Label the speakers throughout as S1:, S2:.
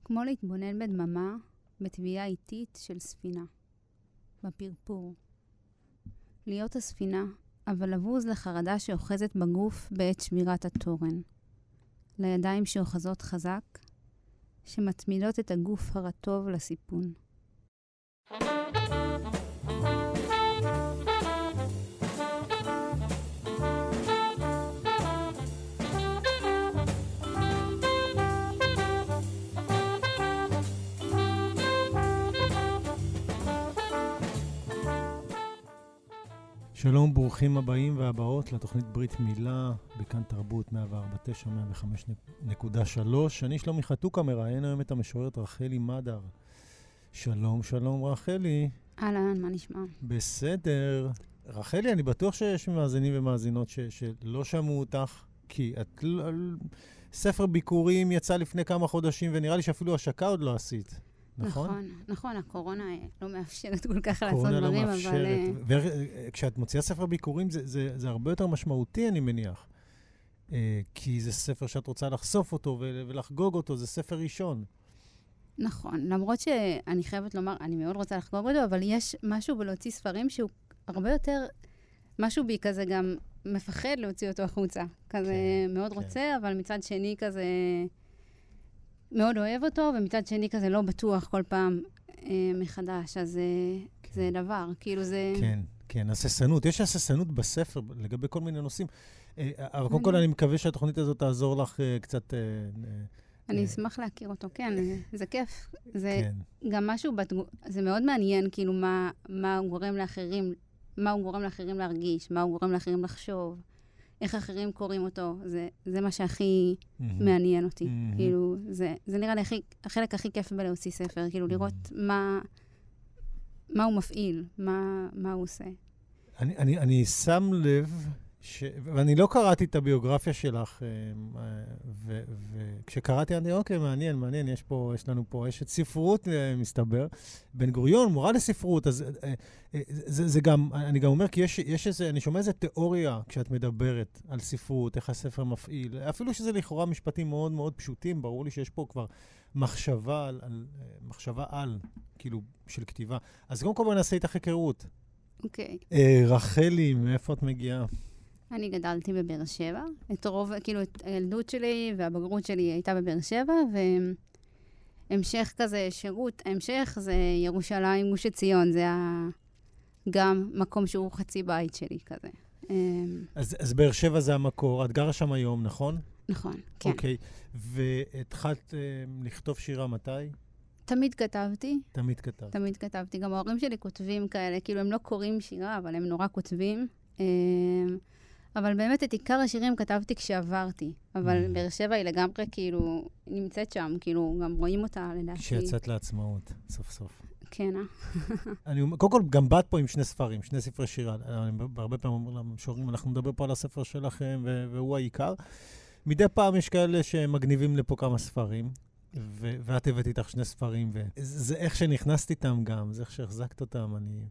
S1: כמו להתבונן בדממה, בטביעה איטית של ספינה. בפרפור. להיות הספינה, אבל לבוז לחרדה שאוחזת בגוף בעת שבירת התורן. לידיים שאוחזות חזק, שמתמידות את הגוף הרטוב לסיפון.
S2: שלום, ברוכים הבאים והבאות לתוכנית ברית מילה, בכאן תרבות 104.9 105.3. אני שלומי חתוקה, מראיין היום את המשוררת רחלי מדר. שלום, שלום רחלי.
S1: אהלן, מה נשמע?
S2: בסדר. רחלי, אני בטוח שיש מאזינים ומאזינות שלא שמעו אותך, כי את ספר ביקורים יצא לפני כמה חודשים, ונראה לי שאפילו השקה עוד לא עשית. נכון?
S1: נכון, הקורונה לא מאפשרת כל כך לעשות דברים, אבל... הקורונה לא מאפשרת.
S2: וכשאת מוציאה ספר ביקורים, זה הרבה יותר משמעותי, אני מניח. כי זה ספר שאת רוצה לחשוף אותו ולחגוג אותו, זה ספר ראשון.
S1: נכון, למרות שאני חייבת לומר, אני מאוד רוצה לחגוג אותו, אבל יש משהו בלהוציא ספרים שהוא הרבה יותר... משהו בי כזה גם מפחד להוציא אותו החוצה. כזה מאוד רוצה, אבל מצד שני כזה... מאוד אוהב אותו, ומצד שני כזה לא בטוח כל פעם מחדש, אז זה דבר, כאילו זה...
S2: כן, הססנות. יש הססנות בספר לגבי כל מיני נושאים. אבל קודם כל אני מקווה שהתוכנית הזאת תעזור לך קצת...
S1: אני אשמח להכיר אותו, כן, זה כיף. זה גם משהו, זה מאוד מעניין, כאילו מה הוא גורם לאחרים, מה הוא גורם לאחרים להרגיש, מה הוא גורם לאחרים לחשוב. איך אחרים קוראים אותו, זה מה שהכי מעניין אותי. כאילו, זה נראה לי החלק הכי כיף בלהוציא ספר, כאילו לראות מה הוא מפעיל, מה הוא עושה.
S2: אני שם לב, ואני לא קראתי את הביוגרפיה שלך, וכשקראתי, אני אוקיי, מעניין, יש לנו פה אשת ספרות, מסתבר. בן גוריון, מורה לספרות, אז זה גם, אני גם אומר, כי יש איזה, אני שומע איזה תיאוריה כשאת מדברת על ספרות, איך הספר מפעיל, אפילו שזה לכאורה משפטים מאוד מאוד פשוטים, ברור לי שיש פה כבר מחשבה על, כאילו, של כתיבה. אז קודם כל בוא נעשה איתך היכרות.
S1: אוקיי.
S2: רחלי, מאיפה את מגיעה?
S1: אני גדלתי בבאר שבע. כאילו, הילדות שלי והבגרות שלי הייתה בבאר שבע, והמשך כזה שירות, ההמשך זה ירושלים, גוש עציון, זה גם מקום שהוא חצי בית שלי כזה.
S2: אז באר שבע זה המקור, את גרה שם היום, נכון?
S1: נכון, כן.
S2: אוקיי, והתחלת לכתוב שירה מתי?
S1: תמיד כתבתי.
S2: תמיד כתבתי.
S1: גם ההורים שלי כותבים כאלה, כאילו הם לא קוראים שירה, אבל הם נורא כותבים. אבל באמת את עיקר השירים כתבתי כשעברתי. אבל באר שבע היא לגמרי כאילו נמצאת שם, כאילו גם רואים אותה לדעתי.
S2: כשיצאת לעצמאות, סוף סוף.
S1: כן,
S2: קודם כל, גם באת פה עם שני ספרי שירה. הרבה פעמים אומרים למשוררים, אנחנו מדבר פה על הספר שלכם, והוא העיקר. מדי פעם יש כאלה שמגניבים לפה כמה ספרים, ואת הבאת איתך שני ספרים, וזה איך שנכנסת איתם גם, זה איך שהחזקת אותם.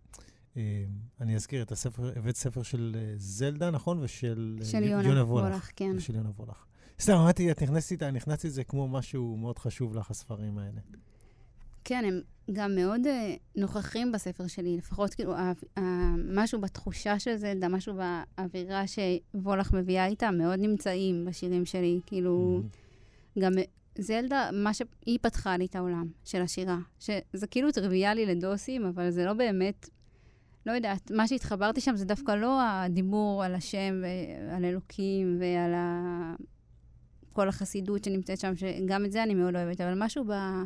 S2: אני אזכיר את הספר, הבאת ספר של זלדה, נכון? ושל יונה וולך.
S1: כן.
S2: ושל יונה וולך. סתם, אמרתי, את נכנסתי את זה כמו משהו מאוד חשוב לך, הספרים האלה.
S1: כן, הם גם מאוד נוכחים בספר שלי, לפחות כאילו, משהו בתחושה של זלדה, משהו באווירה שוולך מביאה איתה, מאוד נמצאים בשירים שלי, כאילו, גם זלדה, מה שהיא פתחה לי את העולם של השירה, שזה כאילו טריוויאלי לדוסים, אבל זה לא באמת, לא יודעת, מה שהתחברתי שם זה דווקא לא הדיבור על השם ועל אלוקים ועל כל החסידות שנמצאת שם, שגם את זה אני מאוד אוהבת, אבל משהו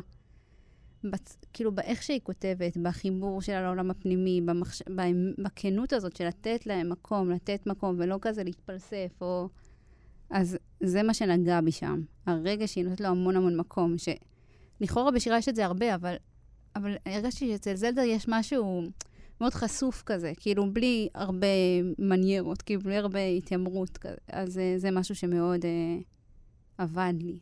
S1: כאילו באיך שהיא כותבת, בחיבור שלה לעולם הפנימי, בכנות הזאת של לתת להם מקום, לתת מקום, ולא כזה להתפלסף, או... אז זה מה שנגע בי שם. הרגע שהיא נותנת לו המון מקום, שלכאורה בשירה יש את זה הרבה, אבל הרגשתי שאצל זלדה יש משהו מאוד חשוף כזה, כאילו בלי הרבה מניירות, כאילו בלי הרבה התיימרות כזה. אז זה משהו שמאוד עבד לי.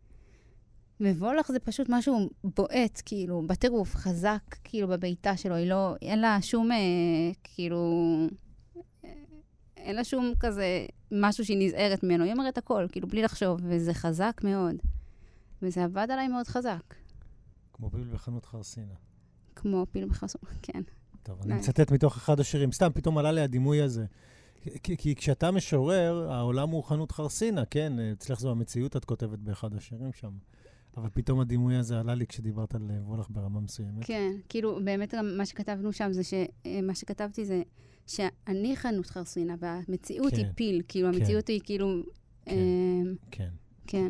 S1: וולך זה פשוט משהו בועט, כאילו, בטירוף, חזק, כאילו, בביתה שלו. אין לה שום, כאילו, אין לה שום כזה משהו שהיא נזהרת ממנו. היא אומרת הכל, כאילו, בלי לחשוב, וזה חזק מאוד. וזה עבד עליי מאוד חזק.
S2: כמו פיל בחנות חרסינה.
S1: כמו פיל בחסות, כן.
S2: טוב, אני מצטט מתוך אחד השירים. סתם, פתאום עלה לי הדימוי הזה. כי כשאתה משורר, העולם הוא חנות חרסינה, כן? אצלך זו המציאות, את כותבת באחד השירים שם. אבל פתאום הדימוי הזה עלה לי כשדיברת על וולך ברמה מסוימת.
S1: כן, כאילו, באמת מה שכתבנו שם זה מה שכתבתי זה שאני חנות חרסינה, והמציאות היא פיל, כאילו, המציאות היא כאילו...
S2: כן.
S1: כן.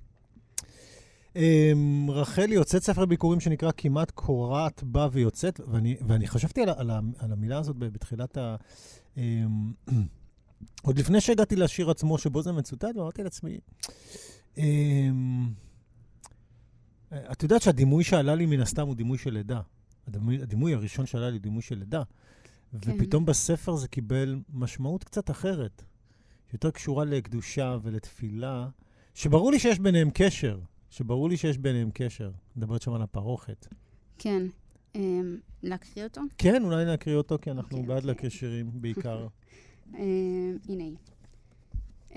S2: רחלי יוצאת ספר ביקורים שנקרא כמעט קורעת בא ויוצאת, ואני חשבתי על המילה הזאת בתחילת עוד לפני שהגעתי לשיר עצמו שבו זה מצוטט, ואמרתי לעצמי, את יודעת שהדימוי שעלה לי מן הסתם הוא דימוי של לידה. הדימוי הראשון שעלה לי הוא דימוי של לידה. ופתאום בספר זה קיבל משמעות קצת אחרת, יותר קשורה לקדושה ולתפילה, שברור לי שיש ביניהם קשר. מדברת שם על הפרוכת.
S1: כן. להקריא אותו?
S2: כן, אולי נקריא אותו, כי אנחנו בעד להקריא שירים בעיקר.
S1: הנה היא.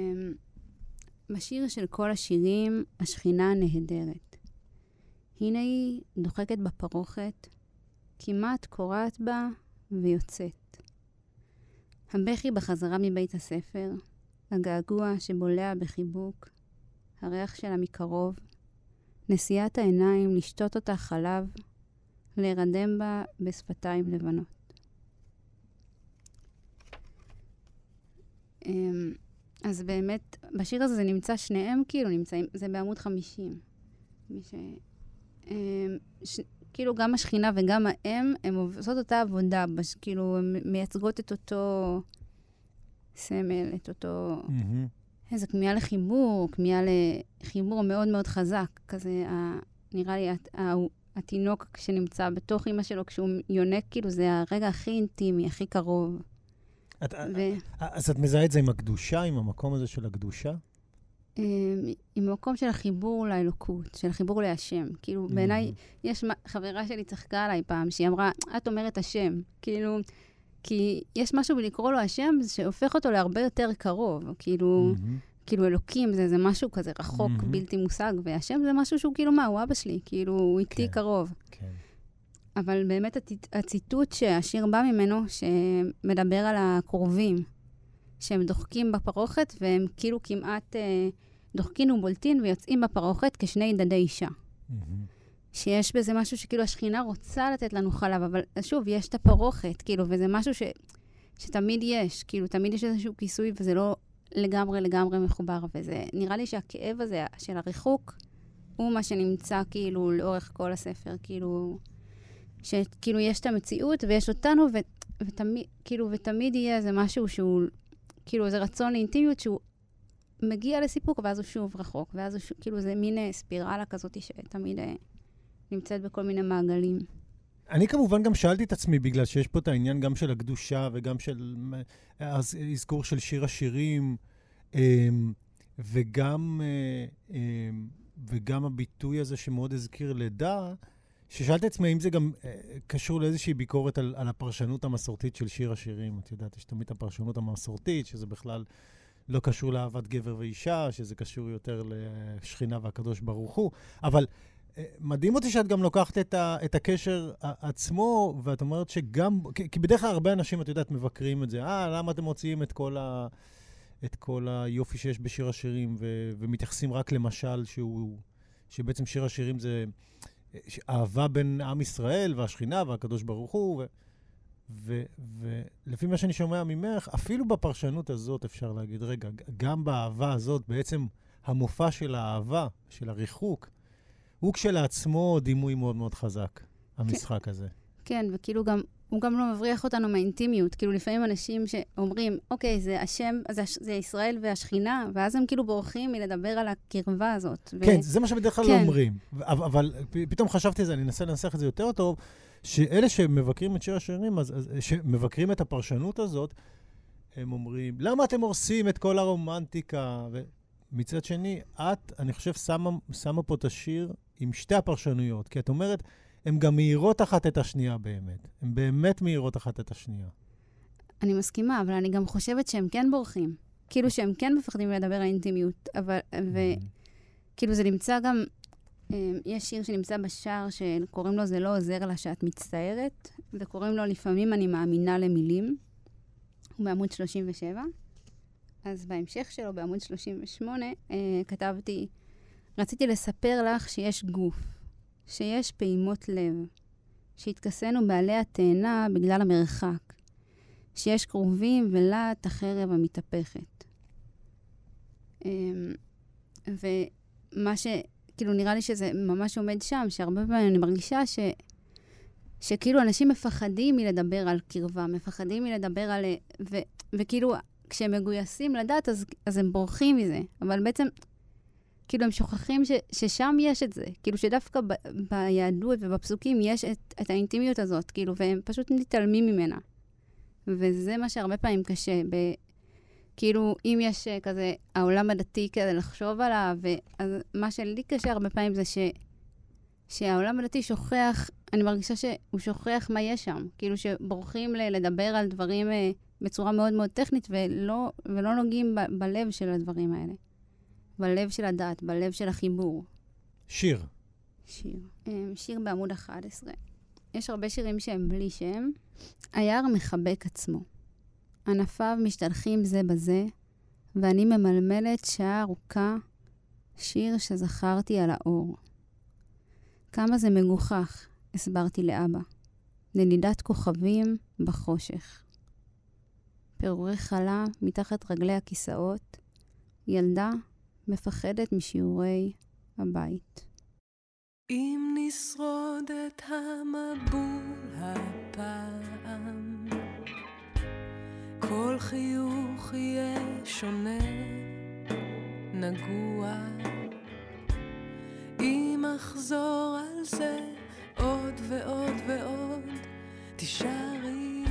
S1: בשיר של כל השירים, השכינה נהדרת. הנה היא דוחקת בפרוכת, כמעט קורעת בה ויוצאת. הבכי בחזרה מבית הספר, הגעגוע שבולע בחיבוק, הריח שלה מקרוב, נשיאת העיניים לשתות אותה חלב, להירדם בה בשפתיים לבנות. אז באמת, בשיר הזה זה נמצא שניהם, כאילו נמצאים, זה בעמוד 50. כאילו גם השכינה וגם האם, הן עושות אותה עבודה, כאילו הן מייצגות את אותו סמל, את אותו... איזה כמיהה לחיבור, כמיהה לחיבור מאוד מאוד חזק. כזה, נראה לי, התינוק שנמצא בתוך אמא שלו, כשהוא יונק, כאילו זה הרגע הכי אינטימי, הכי קרוב.
S2: אז את מזהה את זה עם הקדושה, עם המקום הזה של הקדושה?
S1: עם המקום של החיבור לאלוקות, של החיבור להשם. כאילו, בעיניי, יש חברה שלי צחקה עליי פעם, שהיא אמרה, את אומרת השם. כאילו, כי יש משהו בלקרוא לו השם, שהופך אותו להרבה יותר קרוב. כאילו, אלוקים זה משהו כזה רחוק, בלתי מושג, והשם זה משהו שהוא כאילו, מה, הוא אבא שלי, כאילו, הוא איתי קרוב. כן. אבל באמת הציטוט שהשיר בא ממנו, שמדבר על הקרובים, שהם דוחקים בפרוכת, והם כאילו כמעט דוחקין ובולטין, ויוצאים בפרוכת כשני דדי אישה. שיש בזה משהו שכאילו השכינה רוצה לתת לנו חלב, אבל שוב, יש את הפרוכת, כאילו, וזה משהו שתמיד יש, כאילו, תמיד יש איזשהו כיסוי, וזה לא לגמרי מחובר, וזה נראה לי שהכאב הזה של הריחוק, הוא מה שנמצא כאילו לאורך כל הספר, כאילו, שכאילו יש את המציאות ויש אותנו, ותמיד יהיה איזה משהו שהוא, כאילו איזה רצון לאינטימיות שהוא מגיע לסיפוק, ואז הוא שוב רחוק, ואז הוא כאילו זה מין ספירלה כזאת שתמיד נמצאת בכל מיני מעגלים.
S2: אני כמובן גם שאלתי את עצמי, בגלל שיש פה את העניין גם של הקדושה, וגם של הזכור של שיר השירים, וגם הביטוי הזה שמאוד הזכיר לידה, ששאלתי את עצמי אם זה גם קשור לאיזושהי ביקורת על הפרשנות המסורתית של שיר השירים. את יודעת, יש תמיד הפרשנות המסורתית, שזה בכלל לא קשור לאהבת גבר ואישה, שזה קשור יותר לשכינה והקדוש ברוך הוא. אבל מדהים אותי שאת גם לוקחת את הקשר עצמו, ואת אומרת שגם, כי בדרך כלל הרבה אנשים, את יודעת, מבקרים את זה. למה אתם מוציאים את כל היופי שיש בשיר השירים, ומתייחסים רק למשל שבעצם שיר השירים זה אהבה בין עם ישראל והשכינה והקדוש ברוך הוא, ולפי מה שאני שומע ממך, אפילו בפרשנות הזאת אפשר להגיד, רגע, גם באהבה הזאת, בעצם המופע של האהבה, של הריחוק, הוא כשלעצמו דימוי מאוד מאוד חזק, המשחק הזה.
S1: כן, וכאילו גם, הוא גם לא מבריח אותנו מהאינטימיות. כאילו לפעמים אנשים שאומרים, אוקיי, זה השם, זה ישראל והשכינה, ואז הם כאילו בורחים מלדבר על הקרבה הזאת.
S2: כן, זה מה שבדרך כלל אומרים. אבל פתאום חשבתי על זה, אני אנסה לנסח את זה יותר טוב, שאלה שמבקרים את שיר השירים, שמבקרים את הפרשנות הזאת, הם אומרים, למה אתם הורסים את כל הרומנטיקה? ומצד שני, אני חושב, שמה פה את השיר עם שתי הפרשנויות, כי את אומרת, הן גם מהירות אחת את השנייה באמת. הן באמת מהירות אחת את השנייה.
S1: אני מסכימה, אבל אני גם חושבת שהם כן בורחים. כאילו שהם כן מפחדים לדבר על אינטימיות, אבל, וכאילו זה נמצא גם יש שיר שנמצא בשער שקוראים לו "זה לא עוזר לה שאת מצטערת", וקוראים לו "לפעמים אני מאמינה למילים". הוא בעמוד 37. אז בהמשך שלו, בעמוד 38, כתבתי, רציתי לספר לך שיש גוף, שיש פעימות לב, שהתכסנו בעלי התאנה בגלל המרחק, שיש קרובים ולעת החרב המתהפכת. ומה כאילו נראה לי שזה ממש עומד שם, שהרבה פעמים אני מרגישה שכאילו אנשים מפחדים מלדבר על קרבה, מפחדים מלדבר על... וכאילו כשהם מגויסים לדעת, אז הם בורחים מזה. אבל בעצם, כאילו הם שוכחים ששם יש את זה. כאילו שדווקא ביהדות ובפסוקים יש את האינטימיות הזאת, כאילו, והם פשוט מתעלמים ממנה. וזה מה שהרבה פעמים קשה. כאילו, אם יש כזה, העולם הדתי כזה לחשוב עליו, אז מה שלי קשה הרבה פעמים זה שהעולם הדתי שוכח, אני מרגישה שהוא שוכח מה יש שם. כאילו שבורחים לדבר על דברים בצורה מאוד מאוד טכנית, ולא נוגעים בלב של הדברים האלה. בלב של הדת, בלב של החיבור.
S2: שיר.
S1: שיר בעמוד 11. יש הרבה שירים שהם בלי שם. היער מחבק עצמו. ענפיו משתלחים זה בזה, ואני ממלמלת שעה ארוכה, שיר שזכרתי על האור. כמה זה מגוחך, הסברתי לאבא. נדידת כוכבים בחושך. פירורי חלה מתחת רגלי הכיסאות, ילדה מפחדת משיעורי הבית.
S3: אם נשרוד את המבול הפעם, כל חיוך יהיה שונה, נגוע. אם אחזור על זה עוד ועוד ועוד, תישארי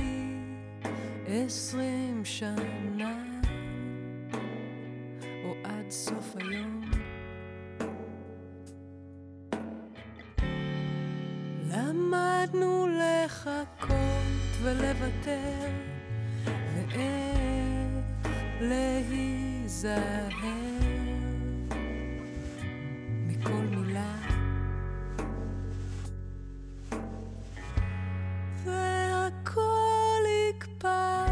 S3: 20 שנה, או עד סוף היום. למדנו לחכות ולוותר, ואיך להיזהר מכל מילה, והכל יקפא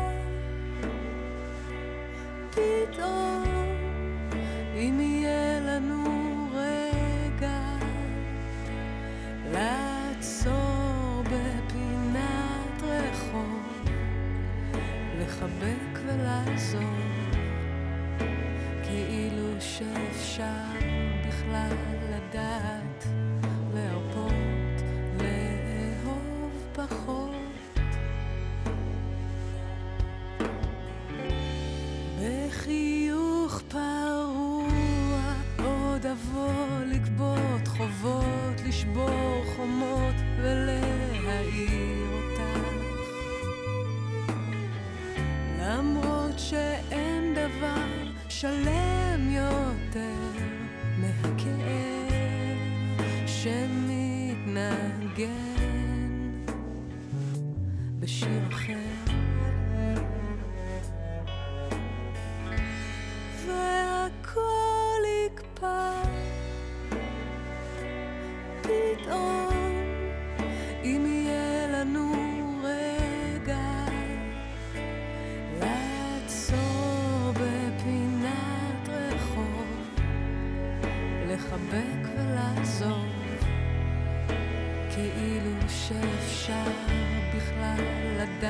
S3: פתאום, אם יהיה לנו רגע לעצור בפינת רחוב, לחבק ולעזור, כאילו שאפשר בכלל לדעת, להרפות, לאהוב פחות. בחיוך פרוע עוד אבוא לגבות חובות, לשבור חומות ולהאיר אותך, למרות שאין דבר שלם יותר מהכאב שמתנגן בשיר אחר. והכל יקפא פתאום, אם יהיה לנו רגע לעצור בפינת רחוב, לחבק ולעזוב, כאילו שאפשר בכלל לדעת,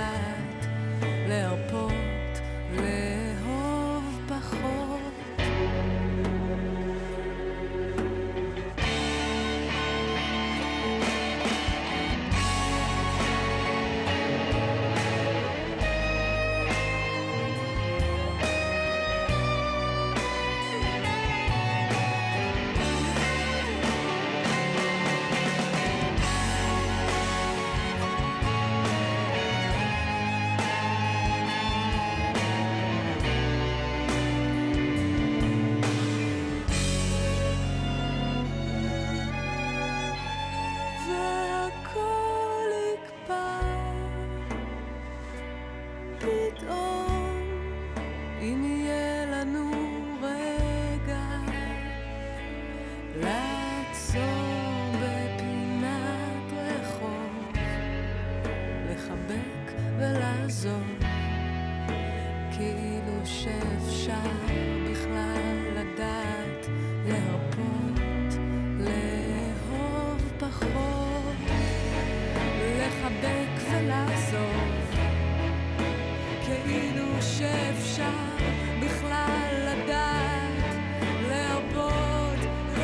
S3: לעזוב, כאילו שאפשר בכלל לדעת להרפות, לאהוב פחות, לחבק ולעזוב, כאילו שאפשר בכלל לדעת להרפות,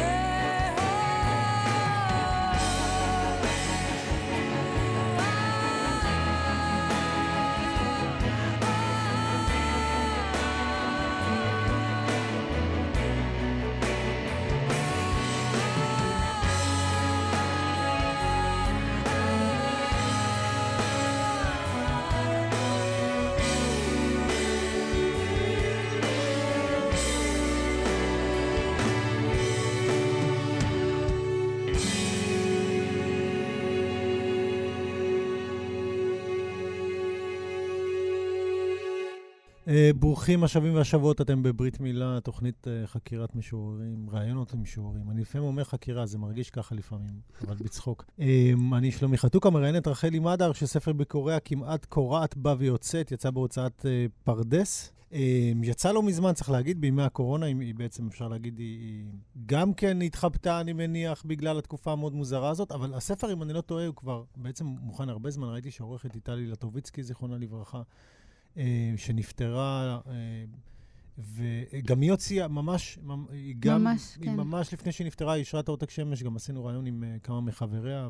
S2: ברוכים השבים והשבות, אתם בברית מילה, תוכנית חקירת משוררים, רעיונות למשוררים. אני לפעמים אומר חקירה, זה מרגיש ככה לפעמים, אבל בצחוק. אני שלומי חתוקה, מראיין את רחלי מדר, שספר בקוריאה כמעט קורעת בא ויוצאת, יצא בהוצאת פרדס. יצא לא מזמן, צריך להגיד, בימי הקורונה, היא בעצם אפשר להגיד, היא גם כן התחבטה, אני מניח, בגלל התקופה המאוד מוזרה הזאת, אבל הספר, אם אני לא טועה, הוא כבר בעצם מוכן הרבה זמן. ראיתי שעורכת איטלי לטוביצקי, זיכרונה לברכה, שנפטרה, וגם היא הוציאה ממש,
S1: כן.
S2: ממש לפני שהיא נפטרה, היא ישרה את עותק שמש, גם עשינו רעיון עם כמה מחבריה,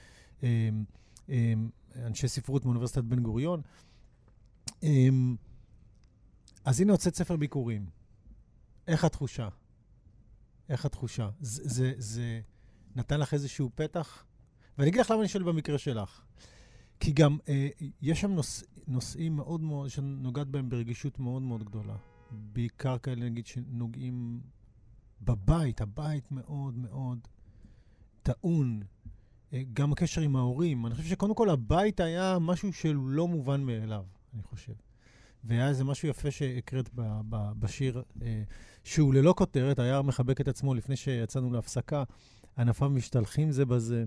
S2: אנשי ספרות מאוניברסיטת בן גוריון. אז הנה הוצאת ספר ביקורים. איך התחושה? איך התחושה? זה נתן לך איזשהו פתח? ואני אגיד לך למה אני שואל במקרה שלך. כי גם יש שם נושאים מאוד מאוד, שנוגעת בהם ברגישות מאוד מאוד גדולה. בעיקר כאלה, נגיד, שנוגעים בבית, הבית מאוד מאוד טעון. גם הקשר עם ההורים. אני חושב שקודם כל הבית היה משהו שלא מובן מאליו, אני חושב. והיה איזה משהו יפה שהקראת בשיר, שהוא ללא כותרת, היה מחבק את עצמו לפני שיצאנו להפסקה, ענפיו משתלחים זה בזה.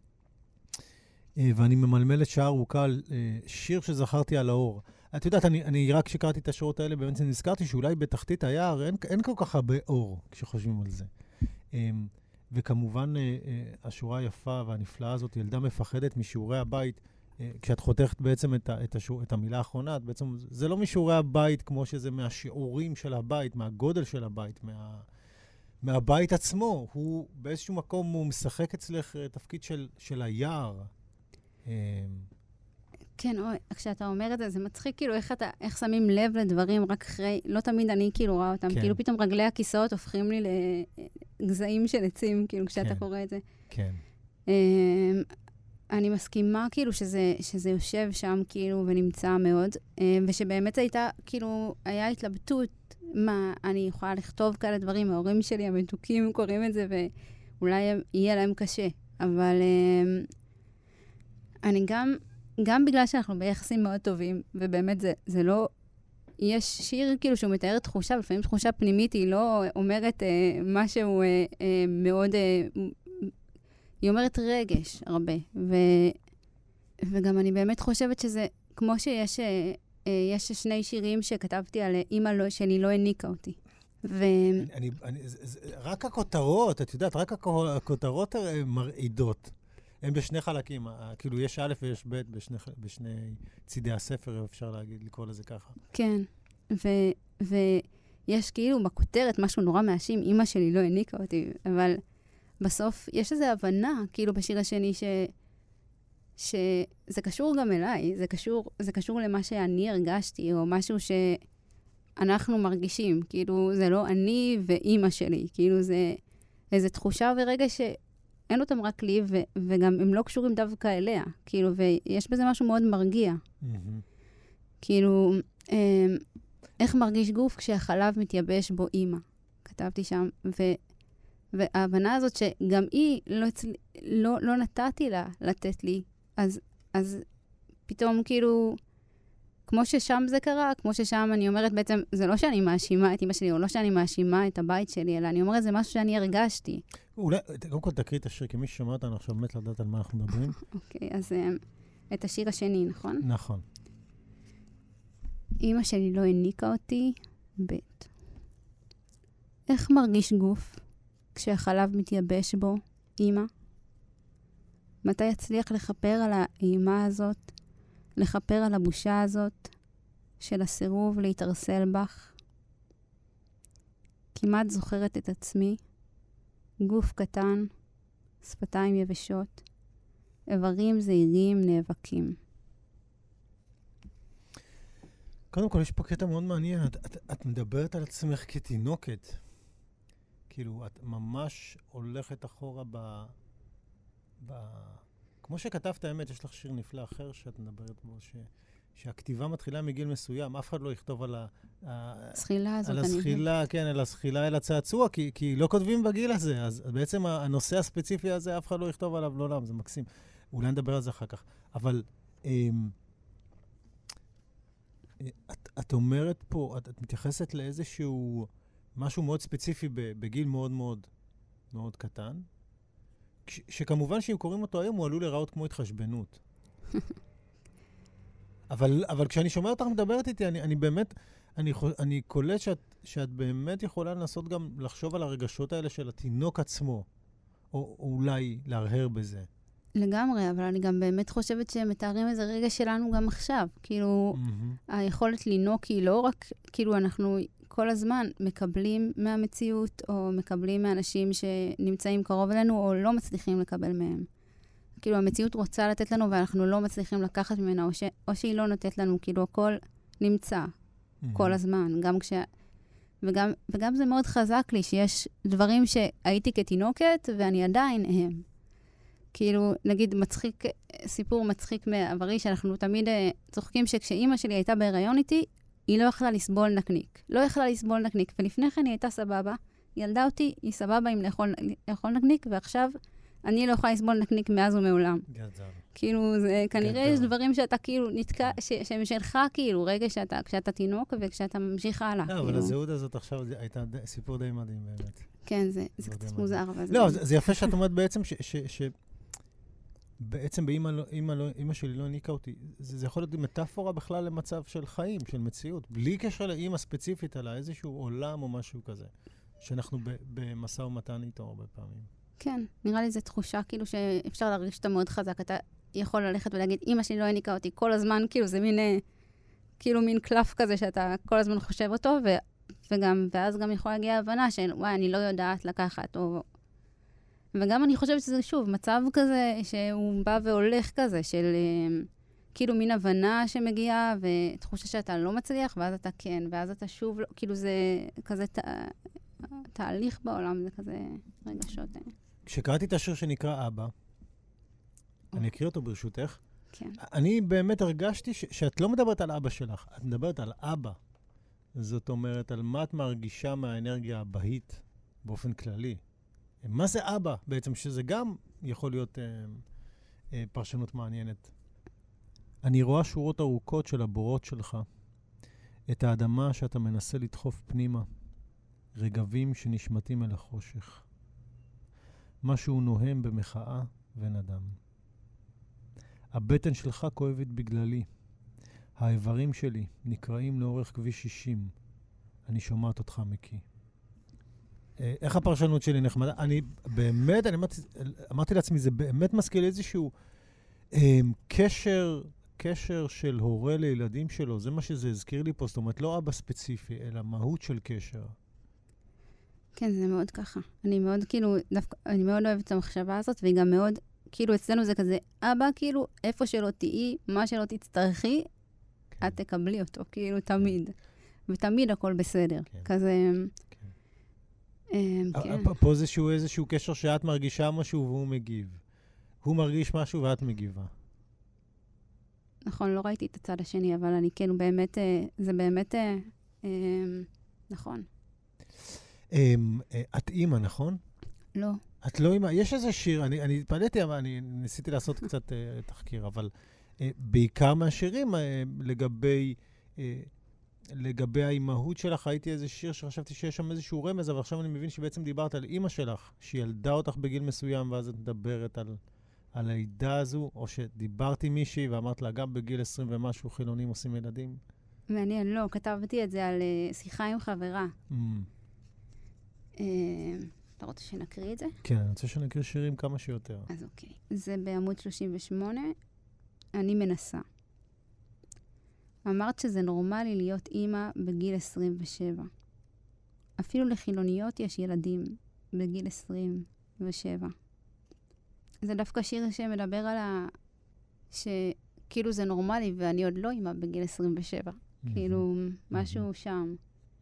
S2: ואני ממלמלת שעה ארוכה על שיר שזכרתי על האור. את יודעת, אני רק שקראתי את השורות האלה, באמת נזכרתי שאולי בתחתית היער אין כל כך הרבה אור כשחושבים על זה. וכמובן, השורה היפה והנפלאה הזאת, ילדה מפחדת משיעורי הבית, כשאת חותכת בעצם את המילה האחרונה, בעצם זה לא משיעורי הבית כמו שזה מהשיעורים של הבית, מהגודל של הבית, מהבית עצמו. הוא באיזשהו מקום, הוא משחק אצלך תפקיד של היער.
S1: כן, כשאתה אומר את זה, זה מצחיק כאילו איך שמים לב לדברים רק אחרי, לא תמיד אני כאילו רואה אותם, כאילו פתאום רגלי הכיסאות הופכים לי לגזעים של עצים, כאילו כשאתה קורא את זה.
S2: כן.
S1: אני מסכימה כאילו שזה יושב שם כאילו ונמצא מאוד, ושבאמת הייתה, כאילו, היה התלבטות, מה, אני יכולה לכתוב כאלה דברים, ההורים שלי המתוקים קוראים את זה, ואולי יהיה להם קשה, אבל אני גם בגלל שאנחנו ביחסים מאוד טובים, ובאמת זה לא, יש שיר כאילו שהוא מתאר תחושה, לפעמים תחושה פנימית היא לא אומרת משהו מאוד, היא אומרת רגש הרבה, וגם אני באמת חושבת שזה, כמו שיש יש שני שירים שכתבתי על אמא שלי לא העניקה אותי.
S2: רק הכותרות, את יודעת, רק הכותרות מרעידות. הם בשני חלקים, כאילו יש א' ויש ב' בשני צידי הספר, אפשר להגיד, לקרוא לזה ככה.
S1: כן, ויש כאילו בכותרת משהו נורא מאשים, אמא שלי לא העניקה אותי, אבל בסוף יש איזו הבנה, כאילו בשיר השני, שזה קשור גם אליי, זה קשור למה שאני הרגשתי, או משהו שאנחנו מרגישים, כאילו זה לא אני ואמא שלי, כאילו זה איזו תחושה ורגע אין אותם רק לי, וגם הם לא קשורים דווקא אליה, כאילו, ויש בזה משהו מאוד מרגיע. כאילו, איך מרגיש גוף כשהחלב מתייבש בו אימא? כתבתי שם, וההבנה הזאת שגם היא לא נתתי לה לתת לי, אז פתאום כאילו, כמו ששם זה קרה, כמו ששם אני אומרת בעצם, זה לא שאני מאשימה את אמא שלי, או לא שאני מאשימה את הבית שלי, אלא אני אומרת, זה משהו שאני הרגשתי.
S2: אולי, קודם כל תקריא את השיר, כי מי ששומע אותנו עכשיו באמת לדעת על מה אנחנו מדברים.
S1: אוקיי, אז את השיר השני, נכון?
S2: נכון.
S1: אמא שלי לא הניקה אותי. ב' איך מרגיש גוף כשהחלב מתייבש בו? אמא? מתי אצליח לכפר על האימה הזאת? לכפר על הבושה הזאת של הסירוב להתרסל בך? כמעט זוכרת את עצמי, גוף קטן, שפתיים יבשות, איברים זעירים נאבקים.
S2: קודם כל, יש פה קטע מאוד מעניין. את מדברת על עצמך כתינוקת. כאילו, את ממש הולכת אחורה כמו שכתבת, האמת, יש לך שיר נפלא אחר שאת מדברת בו, שהכתיבה מתחילה מגיל מסוים. אף אחד לא יכתוב על
S1: הזחילה הזאת.
S2: על הזחילה, כן, על הזחילה, אל הצעצוע, כי לא כותבים בגיל הזה. אז בעצם הנושא הספציפי הזה, אף אחד לא יכתוב עליו לעולם, זה מקסים. אולי נדבר על זה אחר כך. אבל את אומרת פה, את מתייחסת לאיזשהו משהו מאוד ספציפי בגיל מאוד מאוד מאוד קטן, שכמובן שאם קוראים אותו היום, הוא עלול להיראות כמו התחשבנות. אבל כשאני שומע אותך מדברת איתי, אני באמת, אני קולט שאת באמת יכולה לנסות גם לחשוב על הרגשות האלה של התינוק עצמו, או אולי להרהר בזה.
S1: לגמרי, אבל אני גם באמת חושבת שהם מתארים איזה רגע שלנו גם עכשיו. כאילו, היכולת לינוק היא לא רק, כאילו אנחנו כל הזמן מקבלים מהמציאות, או מקבלים מאנשים שנמצאים קרוב אלינו, או לא מצליחים לקבל מהם. כאילו, המציאות רוצה לתת לנו, ואנחנו לא מצליחים לקחת ממנה, או שהיא לא נותנת לנו, כאילו, הכל נמצא כל הזמן. וגם זה מאוד חזק לי, שיש דברים שהייתי כתינוקת, ואני עדיין הם. כאילו, נגיד, סיפור מצחיק מעברי, שאנחנו תמיד צוחקים שכשאימא שלי הייתה בהיריון איתי, היא לא יכלה לסבול נקניק. לא יכלה לסבול נקניק, ולפני כן היא הייתה סבבה. היא ילדה אותי, היא סבבה עם לאכול נקניק, ועכשיו אני לא יכולה לסבול נקניק מאז ומעולם.
S2: גדול.
S1: כאילו, כנראה יש דברים שאתה כאילו נתקע, שהם שלך כאילו, רגע כשאתה תינוק, וכשאתה ממשיך הלאה.
S2: לא, אבל הזהות הזאת עכשיו הייתה סיפור די מדהים באמת.
S1: כן, זה קצת מוזר.
S2: לא, זה יפה שאת אומרת בעצם בעצם באמא שלי לא הניקה אותי. זה יכול להיות מטאפורה בכלל למצב של חיים, של מציאות. בלי קשר לאמא ספציפית, אלא איזשהו עולם או משהו כזה, שאנחנו במשא ומתן איתו הרבה פעמים.
S1: כן, נראה לי זו תחושה כאילו שאפשר להרגיש שאתה מאוד חזק. אתה יכול ללכת ולהגיד, אמא שלי לא הניקה אותי כל הזמן, כאילו זה מין קלף כזה שאתה כל הזמן חושב אותו, ואז גם יכול להגיע ההבנה של, וואי, אני לא יודעת לקחת, וגם אני חושבת שזה שוב, מצב כזה שהוא בא והולך כזה, של כאילו מין הבנה שמגיעה, ותחושה שאתה לא מצליח, ואז אתה כן, ואז אתה שוב לא, כאילו זה כזה תהליך בעולם, זה כזה רגשות.
S2: כשקראתי את השיר שנקרא אבא, אני אקריא אותו ברשותך,
S1: כן.
S2: אני באמת הרגשתי שאת לא מדברת על אבא שלך, את מדברת על אבא. זאת אומרת, על מה את מרגישה מהאנרגיה הבהית באופן כללי. מה זה אבא בעצם, שזה גם יכול להיות פרשנות מעניינת. אני רואה שורות ארוכות של הבורות שלך, את האדמה שאתה מנסה לדחוף פנימה, רגבים שנשמטים אל החושך. משהו נוהם במחאה ונדם. הבטן שלך כואבת בגללי. האיברים שלי נקראים לאורך כביש 60. אני שומעת אותך מקי. איך הפרשנות שלי נחמדה? אני באמת, אמרתי לעצמי, זה באמת מזכיר איזשהו קשר של הורה לילדים שלו. זה מה שזה הזכיר לי פה. זאת אומרת, לא אבא ספציפי, אלא מהות של קשר.
S1: כן, זה מאוד ככה. אני מאוד כאילו, דווקא, אני מאוד אוהבת את המחשבה הזאת, והיא גם מאוד, כאילו אצלנו זה כזה, אבא, כאילו, איפה שלא תהיי, מה שלא תצטרכי, כן. את תקבלי אותו, כאילו, תמיד. ותמיד הכל בסדר. כן. כזה... כן.
S2: פה זה איזשהו קשר שאת מרגישה משהו והוא מגיב. הוא מרגיש משהו ואת מגיבה.
S1: נכון, לא ראיתי את הצד השני, אבל אני כאילו באמת, זה באמת, נכון.
S2: את אימא, נכון?
S1: לא.
S2: את לא אימא. יש איזה שיר, אני התפלאתי, אבל אני ניסיתי לעשות קצת תחקיר, אבל בעיקר מהשירים לגבי האימהות שלך, הייתי איזה שיר שחשבתי שיש שם איזשהו רמז, אבל עכשיו אני מבין שבעצם דיברת על אימא שלך, שהיא ילדה אותך בגיל מסוים, ואז את מדברת על הלידה הזו, או שדיברת עם מישהי ואמרת לה, גם בגיל 20 ומשהו חילונים עושים ילדים.
S1: מעניין, לא, כתבתי את זה על שיחה עם חברה. אתה רוצה שנקריא את זה?
S2: כן, אני רוצה שנקריא שירים כמה שיותר.
S1: אז אוקיי. זה בעמוד 38. אני מנסה. אמרת שזה נורמלי להיות אימא בגיל 27. אפילו לחילוניות יש ילדים בגיל 27. זה דווקא שיר שמדבר על שכאילו זה נורמלי ואני עוד לא אימא בגיל 27. כאילו משהו שם.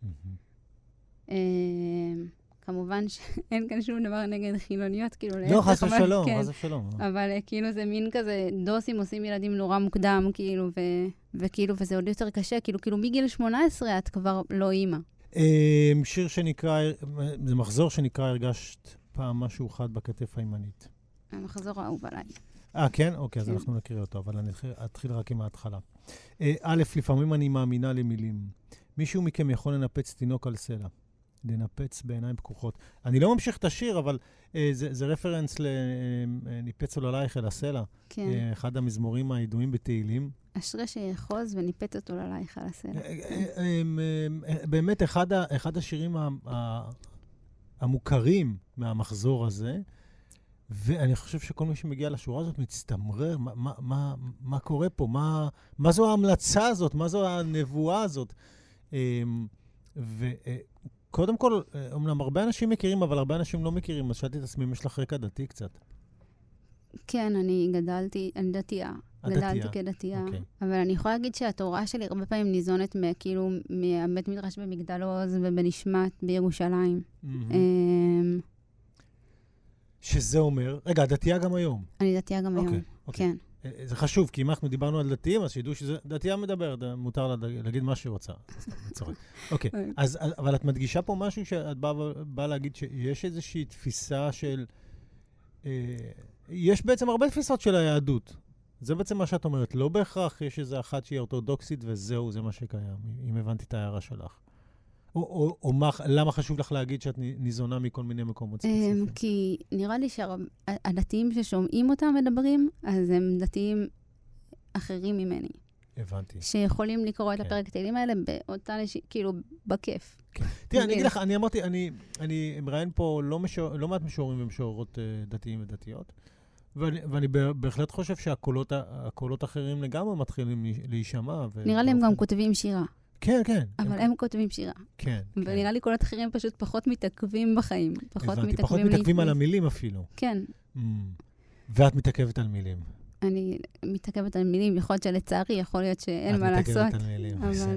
S1: כמובן שאין כאן שום דבר נגד חילוניות, כאילו
S2: לא, חס ושלום, חס ושלום.
S1: אבל כאילו זה מין כזה, דוסים עושים ילדים נורא מוקדם, כאילו, וכאילו, וזה עוד יותר קשה, כאילו מגיל 18 את כבר לא אימא.
S2: שיר שנקרא, זה מחזור שנקרא הרגשת פעם משהו אחד בכתף הימנית.
S1: המחזור האהוב עליי.
S2: כן? אוקיי, אז אנחנו נקריא אותו, אבל אני אתחיל רק עם ההתחלה. א', לפעמים אני מאמינה למילים. מישהו מכם יכול לנפץ תינוק על סלע. לנפץ בעיניים פקוחות. אני לא ממשיך את השיר, אבל זה רפרנס לניפץ עוללייך אל הסלע.
S1: כן.
S2: אחד המזמורים הידועים בתהילים.
S1: אשרי שיחוז וניפץ את עוללייך על הסלע.
S2: באמת, אחד השירים המוכרים מהמחזור הזה, ואני חושב שכל מי שמגיע לשורה הזאת מצטמרר, מה קורה פה? מה זו ההמלצה הזאת? מה זו הנבואה הזאת? קודם כל, אומנם הרבה אנשים מכירים, אבל הרבה אנשים לא מכירים, אז שאלתי את עצמי, יש לך רקע דתי קצת.
S1: כן, אני דתייה. גדלתי כדתייה. אבל אני יכולה להגיד שהתורה שלי הרבה פעמים ניזונת כאילו מהבית מדרש במגדל עוז ובנשמת בירושלים.
S2: שזה אומר, רגע, דתייה גם היום.
S1: אני דתייה גם היום, כן.
S2: זה חשוב, כי אם אנחנו דיברנו על דתיים, אז שידעו שזה דתייה מדברת, מותר לה להגיד מה שהיא רוצה. אוקיי, אבל את מדגישה פה משהו שאת באה להגיד שיש איזושהי תפיסה של... יש בעצם הרבה תפיסות של היהדות. זה בעצם מה שאת אומרת. לא בהכרח יש איזו אחת שהיא אורתודוקסית, וזהו, זה מה שקיים, אם הבנתי את ההערה שלך. או למה חשוב לך להגיד שאת ניזונה מכל מיני מקומות ספציפיים?
S1: כי נראה לי שהדתיים ששומעים אותם מדברים, אז הם דתיים אחרים ממני.
S2: הבנתי.
S1: שיכולים לקרוא את הפרק תהילים האלה באותה כאילו בכיף.
S2: תראה, אני אגיד לך, אני אמרתי, אני מראיין פה לא מעט משוררים ומשוררות דתיים ודתיות, ואני בהחלט חושב שהקולות אחרים לגמרי מתחילים להישמע.
S1: נראה לי הם גם כותבים שירה.
S2: כן, כן.
S1: אבל הם כותבים שירה.
S2: כן.
S1: ונראה לי כל אחרים פשוט פחות מתעכבים בחיים.
S2: פחות מתעכבים על המילים אפילו.
S1: כן.
S2: ואת מתעכבת על מילים.
S1: אני מתעכבת על מילים, יכול להיות שלצערי, יכול להיות שאין מה לעשות.
S2: את מתעכבת על מילים.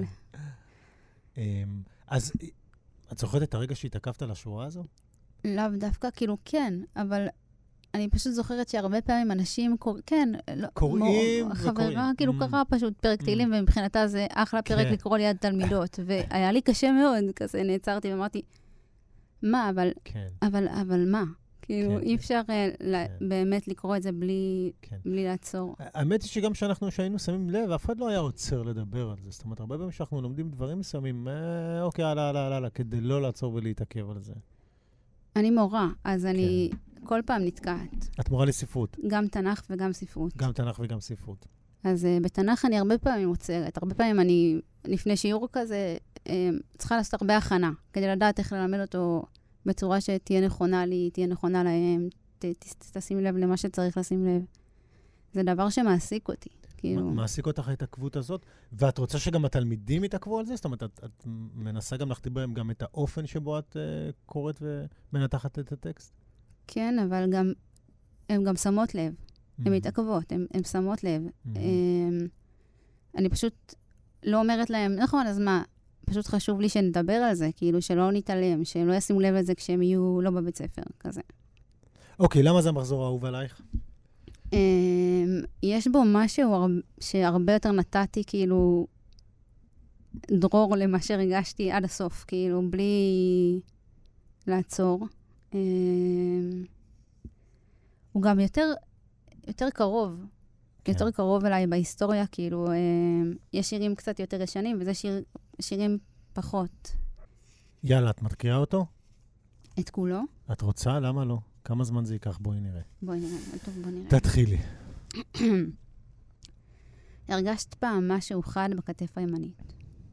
S2: אז את זוכרת את הרגע שהתעכבת על השורה הזו?
S1: לאו דווקא, כאילו כן, אבל אני פשוט זוכרת שהרבה פעמים אנשים
S2: קוראים וקוראים.
S1: חברה כאילו קראה פשוט פרק תהילים, ומבחינתה זה אחלה פרק לקרוא ליד תלמידות. והיה לי קשה מאוד, כזה נעצרתי ואמרתי, מה, אבל מה? כאילו, אי אפשר באמת לקרוא את זה בלי לעצור.
S2: האמת היא שגם שהיינו שמים לב, אף אחד לא היה עוצר לדבר על זה. זאת אומרת, הרבה פעמים שאנחנו לומדים דברים מסוימים, אוקיי, הלאה, כדי לא לעצור ולהתעכב על זה.
S1: אני מורה, אז אני כל פעם נתקעת.
S2: את מורה לספרות.
S1: גם תנ"ך וגם ספרות.
S2: גם תנ"ך וגם ספרות.
S1: אז בתנ"ך אני הרבה פעמים עוצרת. הרבה פעמים אני, לפני שיעור כזה, צריכה לעשות הרבה הכנה, כדי לדעת איך ללמד אותו בצורה שתהיה נכונה לי, תהיה נכונה להם, תשים לב למה שצריך לשים לב. זה דבר שמעסיק אותי.
S2: מעסיק אותך ההתעכבות הזאת, ואת רוצה שגם התלמידים יתעכבו על זה? זאת אומרת, את מנסה גם להכתיב בהם גם את האופן שבו את קוראת ומנתחת את הטקסט?
S1: כן, אבל הן גם שמות לב. הן מתעכבות, הן שמות לב. אני פשוט לא אומרת להם, נכון, אז מה? פשוט חשוב לי שנדבר על זה, כאילו שלא נתעלם, שהם לא ישימו לב לזה כשהם יהיו לא בבית ספר, כזה.
S2: אוקיי, למה זה המחזור האהוב עלייך?
S1: יש בו משהו שהרבה יותר נתתי, כאילו, דרור למה שהרגשתי עד הסוף, כאילו, בלי לעצור. הוא גם יותר קרוב, יותר קרוב אליי בהיסטוריה, כאילו, יש שירים קצת יותר ישנים, וזה שירים פחות.
S2: יאללה, את מקריאה אותו?
S1: את כולו?
S2: את רוצה? למה לא? כמה זמן זה ייקח? בואי נראה.
S1: בואי נראה.
S2: תתחילי.
S1: הרגשת פעם משהו חד בכתף הימנית.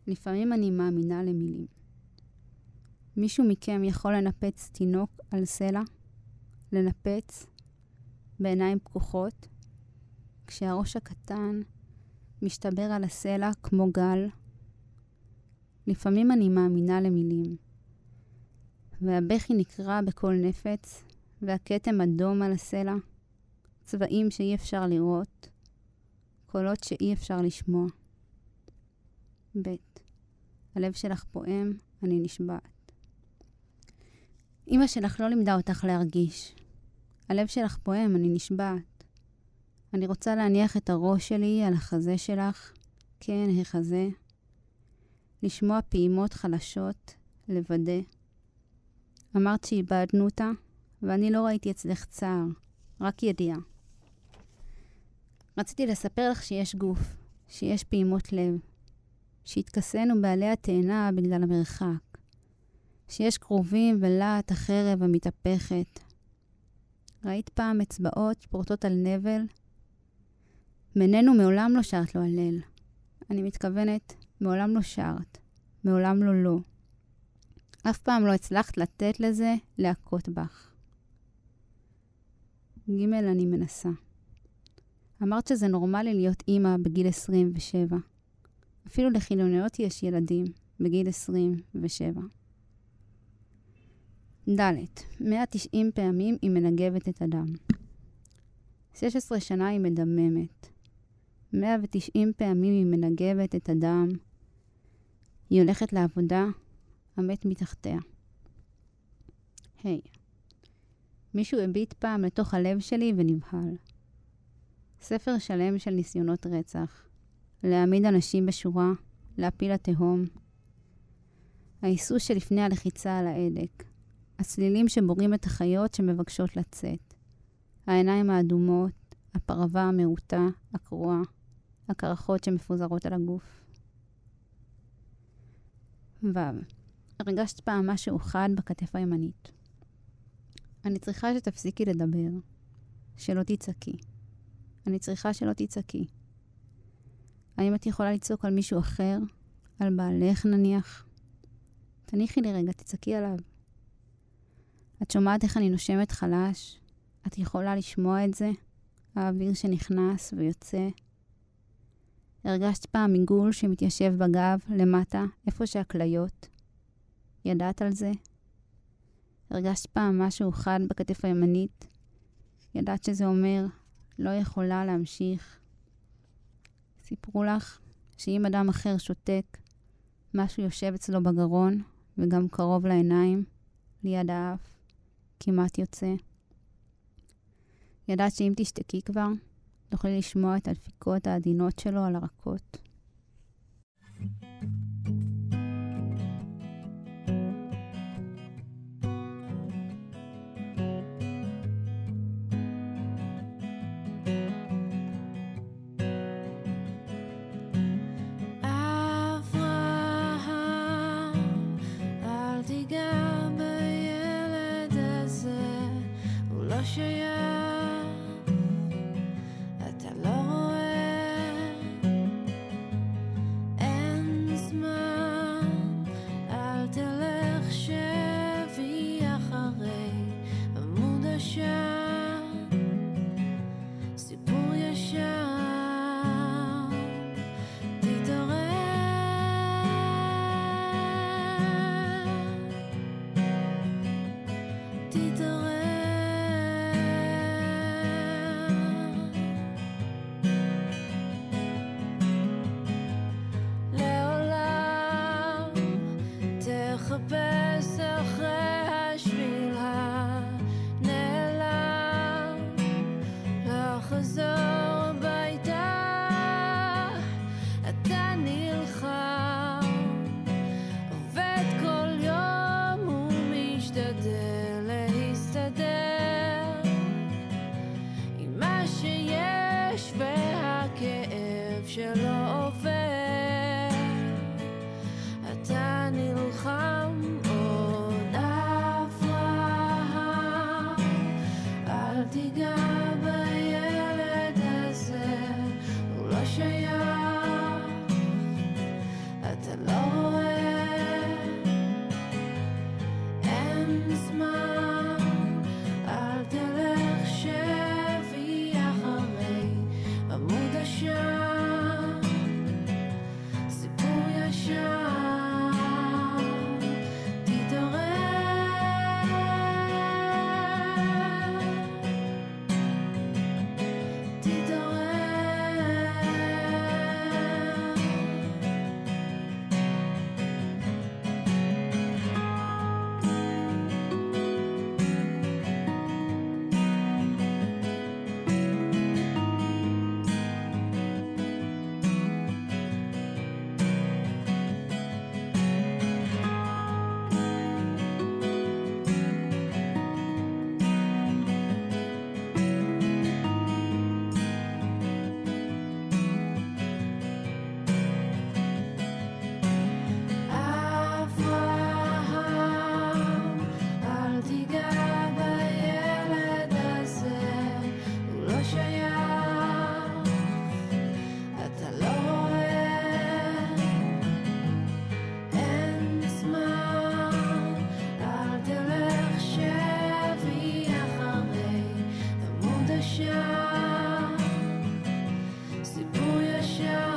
S1: לפעמים אני מאמינה למילים. מישהו מכם יכול לנפץ תינוק על סלע? לנפץ בעיניים פקוחות, כשהראש הקטן משתבר על הסלע כמו גל? לפעמים אני מאמינה למילים, והבכי נקרא בכל נפץ, והכתם אדום על הסלע, צבעים שאי אפשר לראות, קולות שאי אפשר לשמוע. ב' הלב שלך פועם, אני נשבעת. אמא שלך לא לימדה אותך להרגיש. הלב שלך פועם, אני נשבעת. אני רוצה להניח את הראש שלי על החזה שלך, כן, החזה. לשמוע פעימות חלשות, לוודא. אמרת שאיבדנו אותה, ואני לא ראיתי אצלך צער, רק ידיעה. רציתי לספר לך שיש גוף, שיש פעימות לב, שהתכסנו בעלי התאנה בגלל המרחק, שיש קרובים ולעת החרב המתהפכת. ראית פעם אצבעות פורטות על נבל? מננו מעולם לא שרת לו הלל. אני מתכוונת, מעולם לא שרת, מעולם לא. אף פעם לא הצלחת לתת לזה להכות בך. ג' אני מנסה. אמרת שזה נורמלי להיות אימא בגיל 27. אפילו לחילוניות יש ילדים בגיל 27. ד' 190 פעמים היא מנגבת את הדם. 16 שנה היא מדממת. 190 פעמים היא מנגבת את הדם. היא הולכת לעבודה, המת מתחתיה. היי. מישהו הביט פעם לתוך הלב שלי ונבהל. ספר שלם של ניסיונות רצח. להעמיד אנשים בשורה, להפיל לתהום. ההיסוס שלפני הלחיצה על ההדק. הצלילים שבורים את החיות שמבקשות לצאת. העיניים האדומות, הפרווה המעוטה, הקרועה, הקרחות שמפוזרות על הגוף. ו' הרגשת פעם משהו חד בכתף הימנית. אני צריכה שתפסיקי לדבר. שלא תצעקי. אני צריכה שלא תצעקי. האם את יכולה לצעוק על מישהו אחר? על בעלך נניח? תניחי לי רגע, תצעקי עליו. את שומעת איך אני נושמת חלש? את יכולה לשמוע את זה? האוויר שנכנס ויוצא. הרגשת פעם עיגול שמתיישב בגב למטה, איפה שהכליות? ידעת על זה? הרגשת פעם משהו חד בכתף הימנית? ידעת שזה אומר, לא יכולה להמשיך. סיפרו לך שאם אדם אחר שותק, משהו יושב אצלו בגרון וגם קרוב לעיניים, ליד האף, כמעט יוצא. ידעת שאם תשתקי כבר, תוכלי לשמוע את הדפיקות העדינות שלו על הרקות.
S3: אתה לא ישר, סיפור ישר,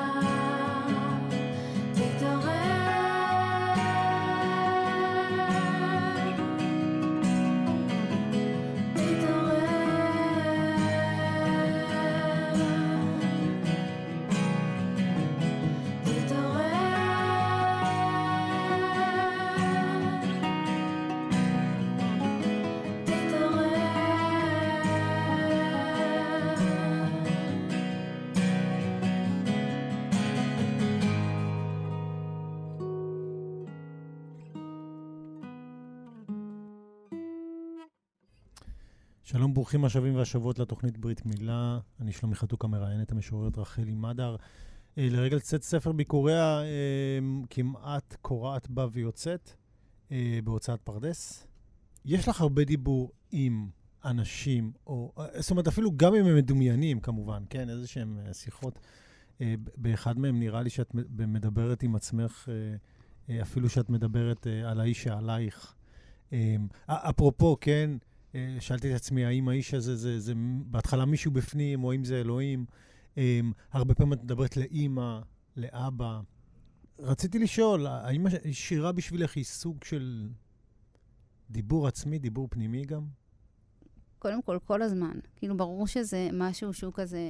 S2: שלום, ברוכים השבים והשבועות לתוכנית ברית מילה. אני שלומי חתוק, המראיינת המשוררת רחלי מדר. לרגל צאת ספר ביקוריה, כמעט קורעת בה ויוצאת, בהוצאת פרדס. יש לך הרבה דיבור עם אנשים, או, זאת אומרת, אפילו גם אם הם מדומיינים, כמובן, כן, איזה שהם שיחות. באחד מהם נראה לי שאת מדברת עם עצמך, אפילו שאת מדברת על האיש שעלייך. אפרופו, כן, שאלתי את עצמי, האם האיש הזה זה בהתחלה מישהו בפנים, או האם זה אלוהים? הרבה פעמים את מדברת לאמא, לאבא. רציתי לשאול, האם שירה בשבילך היא סוג של דיבור עצמי, דיבור פנימי גם?
S1: קודם כל, כל הזמן. כאילו, ברור שזה משהו שהוא כזה...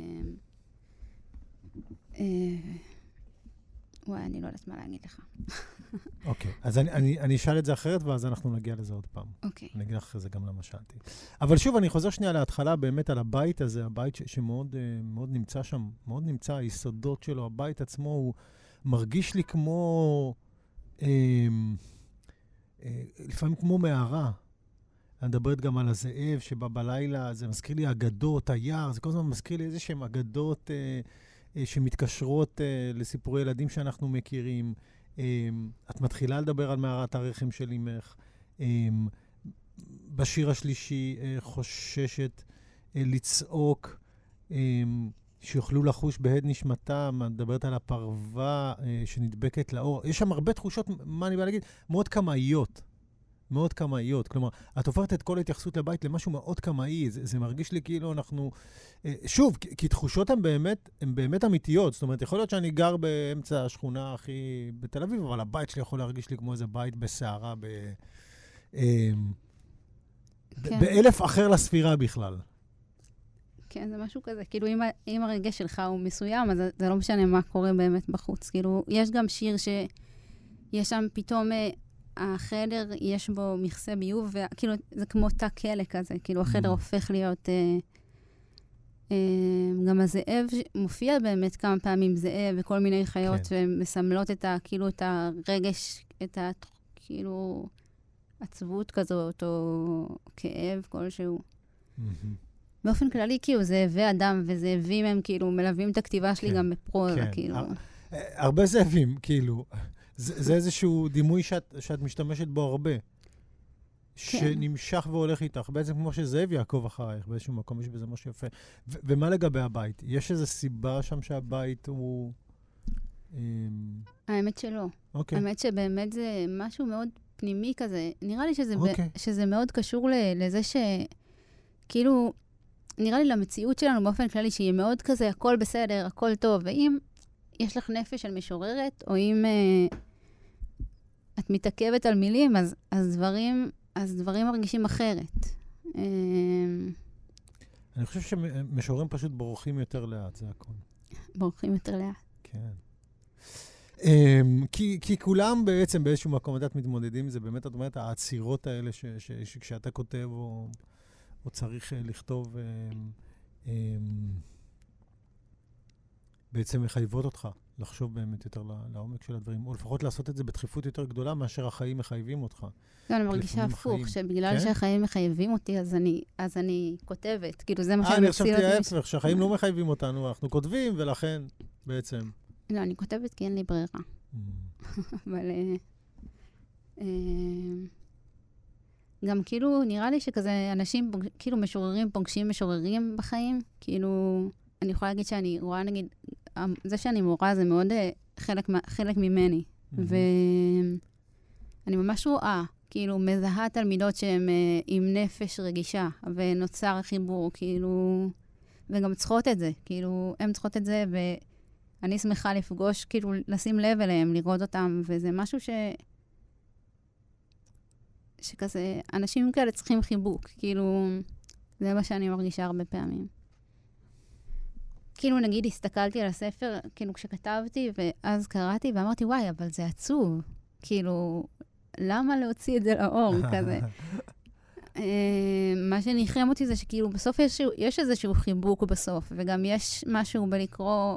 S1: וואי, אני לא יודעת מה להגיד לך.
S2: אוקיי, אז אני אשאל את זה אחרת, ואז אנחנו נגיע לזה עוד פעם.
S1: אוקיי.
S2: אני אגיד לך אחרי זה גם למה שאלתי. אבל שוב, אני חוזר שנייה להתחלה, באמת על הבית הזה, הבית שמאוד מאוד נמצא שם, מאוד נמצא, היסודות שלו, הבית עצמו, הוא מרגיש לי כמו, לפעמים כמו מערה. אני מדברת גם על הזאב שבא בלילה, זה מזכיר לי אגדות, היער, זה כל הזמן מזכיר לי איזה שהם אגדות שמתקשרות לסיפורי ילדים שאנחנו מכירים. את מתחילה לדבר על מערת הרחם של אמך. בשיר השלישי חוששת לצעוק, שיוכלו לחוש בהד נשמתם. את מדברת על הפרווה שנדבקת לאור. יש שם הרבה תחושות, מה אני בא להגיד? מאוד קמאיות. מאוד קמאיות. כלומר, את הופכת את כל ההתייחסות לבית למשהו מאוד קמאי. זה מרגיש לי כאילו אנחנו... שוב, כי תחושות הן באמת אמיתיות. זאת אומרת, יכול להיות שאני גר באמצע השכונה הכי בתל אביב, אבל הבית שלי יכול להרגיש לי כמו איזה בית בסערה, באלף אחר לספירה בכלל.
S1: כן, זה משהו כזה. כאילו, אם הרגש שלך הוא מסוים, אז זה לא משנה מה קורה באמת בחוץ. כאילו, יש גם שיר שיש שם פתאום... החדר, יש בו מכסה ביוב, וכאילו, זה כמו תא כלא כזה, כאילו, החדר הופך להיות... גם הזאב מופיע באמת כמה פעמים זאב, וכל מיני חיות, ומסמלות את כאילו, את הרגש, את כאילו, עצבות כזאת, או כאב כלשהו. באופן כללי, כאילו, זאבי אדם וזאבים הם, כאילו, מלווים את הכתיבה שלי גם בפרוזה, כאילו.
S2: הרבה זאבים, כאילו. זה איזשהו דימוי שאת משתמשת בו הרבה. שנמשך והולך איתך. בעצם כמו שזאב יעקב אחרייך, באיזשהו מקום יש בזה משהו יפה. ומה לגבי הבית? יש איזו סיבה שם שהבית הוא...
S1: האמת שלא. האמת שבאמת זה משהו מאוד פנימי כזה. נראה לי שזה מאוד קשור לזה כאילו, נראה לי למציאות שלנו באופן כללי, שהיא מאוד כזה, הכל בסדר, הכל טוב. ואם יש לך נפש של משוררת, או אם את מתעכבת על מילים, אז דברים מרגישים אחרת.
S2: אני חושב שמשוררים פשוט בורחים יותר לאט, זה הכל.
S1: בורחים יותר לאט.
S2: כן. כי כולם בעצם באיזשהו מקום, את מתמודדים, זה באמת, את אומרת, העצירות האלה שכשאתה כותב או צריך לכתוב, בעצם מחייבות אותך לחשוב באמת יותר לעומק של הדברים, או לפחות לעשות את זה בדחיפות יותר גדולה מאשר החיים מחייבים אותך.
S1: לא, אני מרגישה הפוך, שבגלל שהחיים מחייבים אותי, אז אני כותבת. כאילו, זה מה שאני
S2: חשבתי ההפך, שהחיים לא מחייבים אותנו, אנחנו כותבים, ולכן בעצם...
S1: לא, אני כותבת כי אין לי ברירה. אבל... גם כאילו, נראה לי שכזה אנשים, כאילו משוררים, פוגשים משוררים בחיים, כאילו... אני יכולה להגיד שאני רואה, נגיד, זה שאני מורה זה מאוד חלק ממני. ואני ממש רואה, כאילו מזהה תלמידות שהן עם נפש רגישה, ונוצר חיבור, כאילו, וגם צריכות את זה, כאילו, הן צריכות את זה, ואני שמחה לפגוש, כאילו, לשים לב אליהם, לראות אותם, וזה משהו שכזה, אנשים כאלה צריכים חיבוק, כאילו, זה מה שאני מרגישה הרבה פעמים. כאילו, נגיד, הסתכלתי על הספר, כאילו, כשכתבתי, ואז קראתי, ואמרתי, וואי, אבל זה עצוב. כאילו, למה להוציא את זה לאור, כזה? מה שנחרם אותי זה שכאילו, בסוף יש איזשהו חיבוק בסוף, וגם יש משהו בלקרוא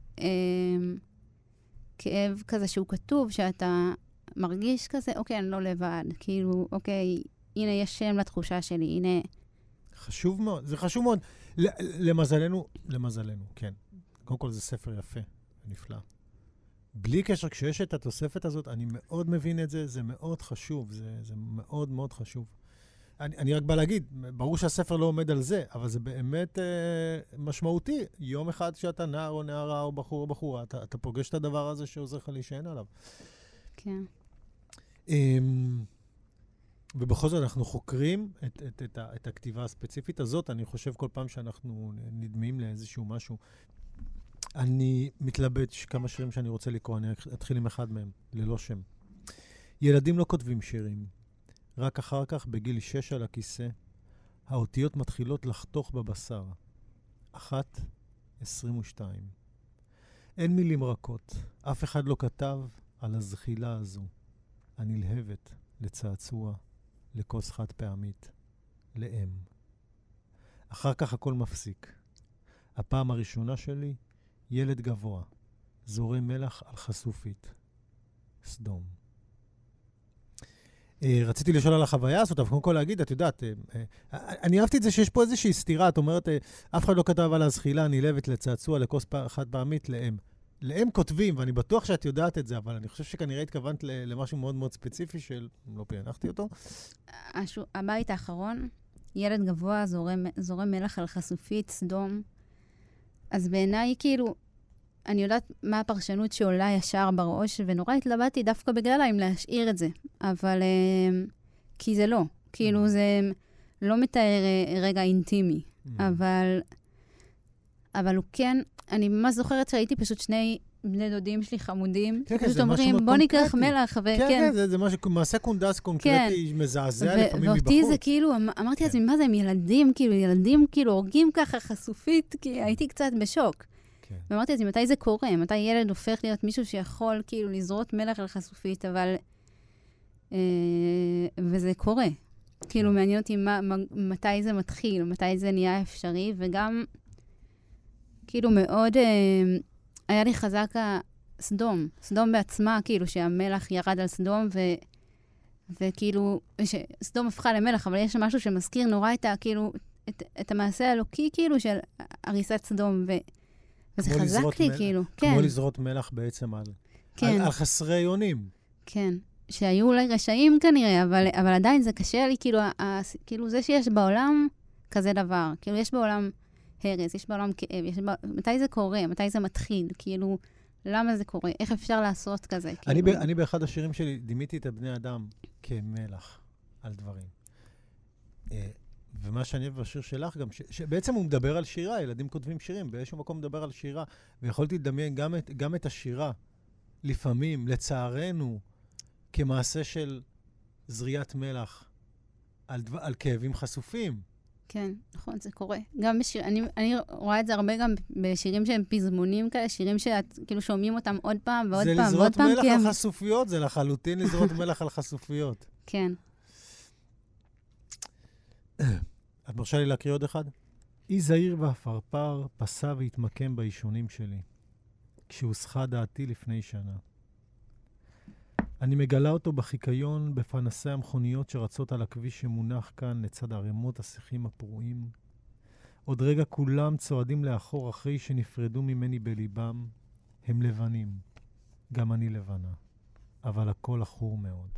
S1: כאב כזה שהוא כתוב, שאתה מרגיש כזה, אוקיי, אני לא לבד. כאילו, אוקיי, הנה, יש שם לתחושה שלי, הנה.
S2: חשוב מאוד, זה חשוב מאוד. למזלנו, כן. קודם כל זה ספר יפה, נפלא. בלי קשר, כשיש את התוספת הזאת, אני מאוד מבין את זה, זה מאוד חשוב, זה מאוד מאוד חשוב. אני רק בא להגיד, ברור שהספר לא עומד על זה, אבל זה באמת משמעותי. יום אחד שאתה נער או נערה או בחור או בחורה, אתה פוגש את הדבר הזה שעוזר לך להישען עליו.
S1: כן.
S2: ובכל זאת אנחנו חוקרים את הכתיבה הספציפית הזאת. אני חושב כל פעם שאנחנו נדמים לאיזשהו משהו. אני מתלבט כמה שירים שאני רוצה לקרוא, אני אתחיל עם אחד מהם, ללא שם. ילדים לא כותבים שירים. רק אחר כך, בגיל 6 על הכיסא, האותיות מתחילות לחתוך בבשר. 1, 22. אין מילים רכות. אף אחד לא כתב על הזחילה הזו. הנלהבת לצעצוע, לכוס חד פעמית, לאם. אחר כך הכל מפסיק. הפעם הראשונה שלי, ילד גבוה, זורם מלח על חשופית. סדום. רציתי לשאול על החוויה הזאת, אבל קודם כל להגיד, את יודעת, אני אהבתי את זה שיש פה איזושהי סתירה, את אומרת, אף אחד לא כתב על הזחילה הנלהבת לצעצוע, לכוס חד פעמית, לאם. לאם כותבים, ואני בטוח שאת יודעת את זה, אבל אני חושב שכנראה התכוונת למשהו מאוד מאוד ספציפי, שלא פענחתי אותו.
S1: הבית האחרון, ילד גבוה, זורם מלח על חשופית, סדום. אז בעיניי, כאילו, אני יודעת מה הפרשנות שעולה ישר בראש, ונורא התלבטתי דווקא בגלל אם להשאיר את זה. אבל, כי זה לא. כאילו, זה לא מתאר רגע אינטימי. אבל הוא כן, אני ממש זוכרת שהייתי פשוט שני בני דודים שלי חמודים, פשוט אומרים, בוא ניקח מלח,
S2: כן, זה מעשה קונדס קונקרטי, מזעזע לפעמים מבחוץ.
S1: ואותי זה כאילו, אמרתי לעצמי, מה זה, הם ילדים כאילו הורגים ככה חשופית, כי הייתי קצת בשוק. ואמרתי לעצמי, מתי זה קורה? מתי ילד הופך להיות מישהו שיכול כאילו לזרות מלח על חשופית, אבל... וזה קורה. כאילו מעניין אותי מתי זה מתחיל, מתי זה נהיה אפשרי, וגם כאילו מאוד... היה לי חזק סדום בעצמה, כאילו שהמלח ירד על סדום, וכאילו, סדום הפכה למלח, אבל יש משהו שמזכיר נורא כאילו, את המעשה האלוקי, כאילו, של הריסת סדום, וזה חזק לי, כאילו.
S2: כמו לזרות מלח בעצם על חסרי אונים.
S1: כן, שהיו אולי רשעים כנראה, אבל עדיין זה קשה לי, כאילו זה שיש בעולם כזה דבר, כאילו יש בעולם... הרס, יש בעולם כאב, מתי זה קורה? מתי זה מתחיל? כאילו, למה זה קורה? איך אפשר לעשות כזה?
S2: אני באחד השירים שלי דימיתי את הבני אדם כמלח על דברים. ומה שאני אוהב בשיר שלך גם, שבעצם הוא מדבר על שירה, ילדים כותבים שירים, באיזשהו מקום מדבר על שירה, ויכולתי לדמיין גם את השירה, לפעמים, לצערנו, כמעשה של זריית מלח על כאבים חשופים.
S1: כן, נכון, זה קורה. גם אני רואה את זה הרבה גם בשירים שהם פזמונים כאלה, שירים שאת כאילו שומעים אותם עוד פעם ועוד פעם ועוד פעם.
S2: זה לזרות מלח על חשופיות, זה לחלוטין לזרות מלח על חשופיות.
S1: כן.
S2: את מרשה לי להקריא עוד אחד? אי זהיר והפרפר פסע והתמקם באישונים שלי, כשהוסחה דעתי לפני שנה. אני מגלה אותו בחיקיון, בפנסי המכוניות שרצות על הכביש שמונח כאן לצד ערימות השיחים הפרועים. עוד רגע כולם צועדים לאחור אחרי שנפרדו ממני בליבם. הם לבנים, גם אני לבנה, אבל הכל אחור מאוד.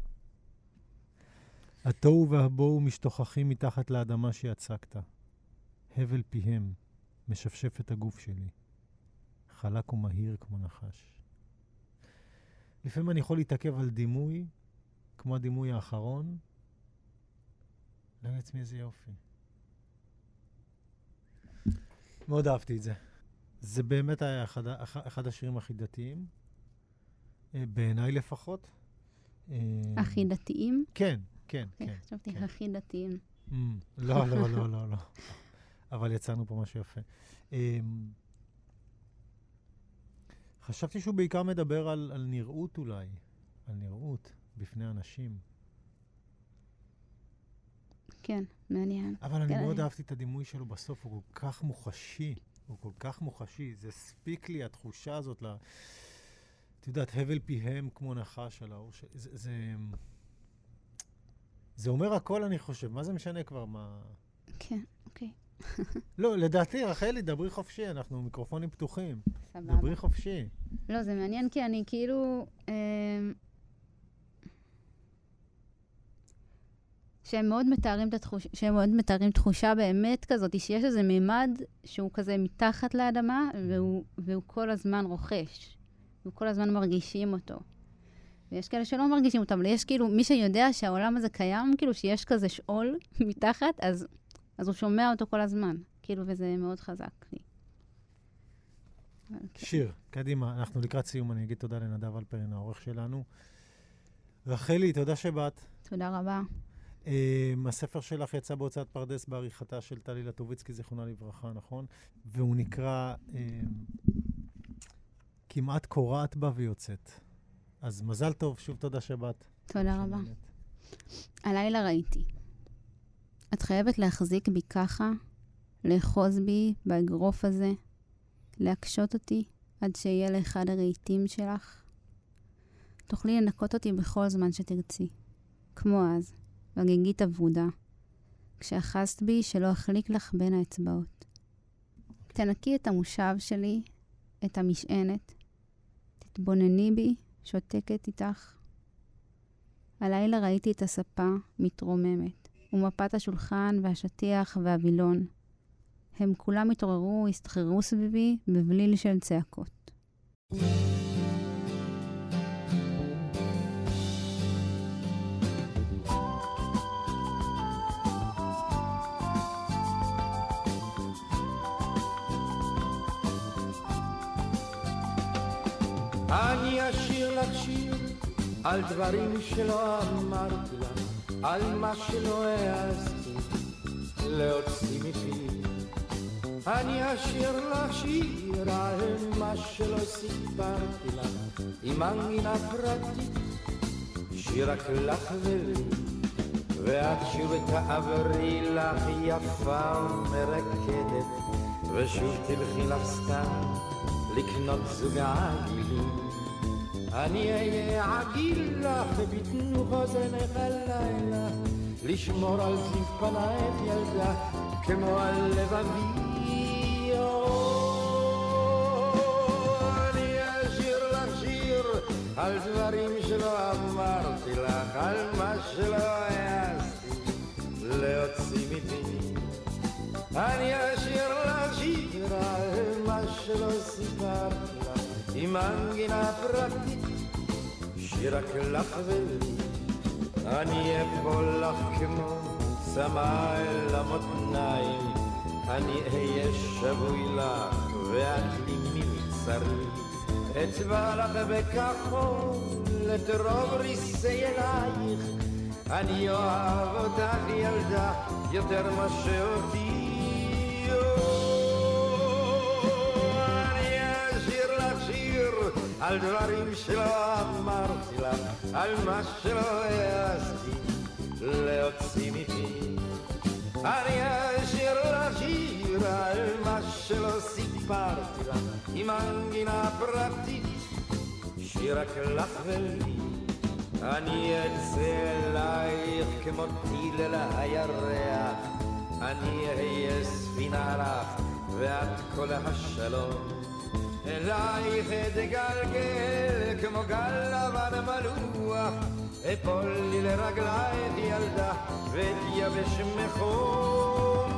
S2: התוהו והבואו משתוכחים מתחת לאדמה שיצקת. הבל פיהם משפשף את הגוף שלי, חלק ומהיר כמו נחש. לפעמים אני יכול להתעכב על דימוי כמו הדימוי האחרון. לעצמי איזה יופי. מאוד אהבתי את זה. זה באמת היה אחד השירים הכי דתיים, בעיניי לפחות.
S1: הכי דתיים?
S2: כן, כן, כן.
S1: חשבתי הכי דתיים.
S2: לא, לא, לא, לא, לא. אבל יצאנו פה משהו יפה. חשבתי שהוא בעיקר מדבר על נראות אולי, על נראות בפני אנשים. כן,
S1: מעניין.
S2: אבל אני מאוד אהבתי את הדימוי שלו בסוף, הוא כל כך מוחשי. הוא כל כך מוחשי. זה ספיק לי, התחושה הזאת, את יודעת, הבל פיהם כמו נחש על האור. זה אומר הכל, אני חושב. מה זה משנה כבר? מה...
S1: כן, אוקיי.
S2: לא, לדעתי, רחלי, דברי חופשי, אנחנו מיקרופונים פתוחים.
S1: סבבה.
S2: דברי חופשי.
S1: לא, זה מעניין כי אני כאילו... שהם מאוד מתארים תחושה באמת כזאת, שיש איזה מימד שהוא כזה מתחת לאדמה, והוא כל הזמן רוכש. והוא כל הזמן מרגישים אותו. ויש כאלה שלא מרגישים אותם, אבל יש כאילו, מי שיודע שהעולם הזה קיים, כאילו שיש כזה שאול מתחת, אז הוא שומע אותו כל הזמן. כאילו, וזה מאוד חזק לי.
S2: שיר, קדימה, אנחנו לקראת סיום, אני אגיד תודה לנדב אלפרין, העורך שלנו. רחלי, תודה שבאת.
S1: תודה רבה.
S2: הספר שלך יצא בהוצאת פרדס בעריכתה של טלי לטוביצקי, זיכרונה לברכה, נכון? והוא נקרא כמעט קורעת בה ויוצאת. אז מזל טוב, שוב תודה שבאת.
S1: תודה רבה. הלילה ראיתי. את חייבת להחזיק בי ככה, לאחוז בי באגרוף הזה, להקשות אותי עד שיהיה לאחד הרהיטים שלך. תוכלי לנקות אותי בכל זמן שתרצי. כמו אז. בגיגית עבודה, כשאחזת בי שלא אחליק לך בין האצבעות. תנקי את המושב שלי, את המשענת, תתבונני בי, שותקת איתך. הלילה ראיתי את הספה מתרוממת, ומפת השולחן והשטיח והווילון. הם כולם התעוררו, הסתחררו סביבי, בבליל של צעקות.
S4: אני אשיר לך שיר על דברים שלא אמרתי לך, על מה שלא העזתי להוציא מפי. אני אשיר לך שיר על מה שלא סיפרתי לך, עם מנגינה פרטית, שיר רק לך ולי, ואת שוב תעברי לך יפה ומרקדת, ושוב תלכי לך סתם לקנות זוג עגילים. אני אהיה עגיל לך בתנוך אוזנך הלילה, לשמור על זיו פנייך ילדה כמו על לבבי. אני אשיר לך שיר על דברים שלא אמרתי לך, על מה שלא העזתי להוציא מפי. אני אשיר לך שיר על מה שלא סיפרתי לך, עם מנגינה פרטית, שיר רק לך ולי. אני אפול לך כמו סמה אל המותניים, אני אהיה שבוי לך ואת לי מבצרי. אצבע לך בכחול את רוב ריסי אלייך, אני אוהב אותך ילדה יותר מה שאותי. על דברים שלא אמרתי לך, על מה שלא העזתי להוציא מפי. אני אשיר לך שיר על מה שלא סיפרתי לך, עם מנגינה פרטית, שיר רק לך ולי. אני אצא אלייך כמו טיל אל הירח, אני אהיה ספינה לך ואת כל השלום. אלייך אתגלגל כמו גל לבן מלוח, אפול לי לרגלייך ילדה ותייבש מחום.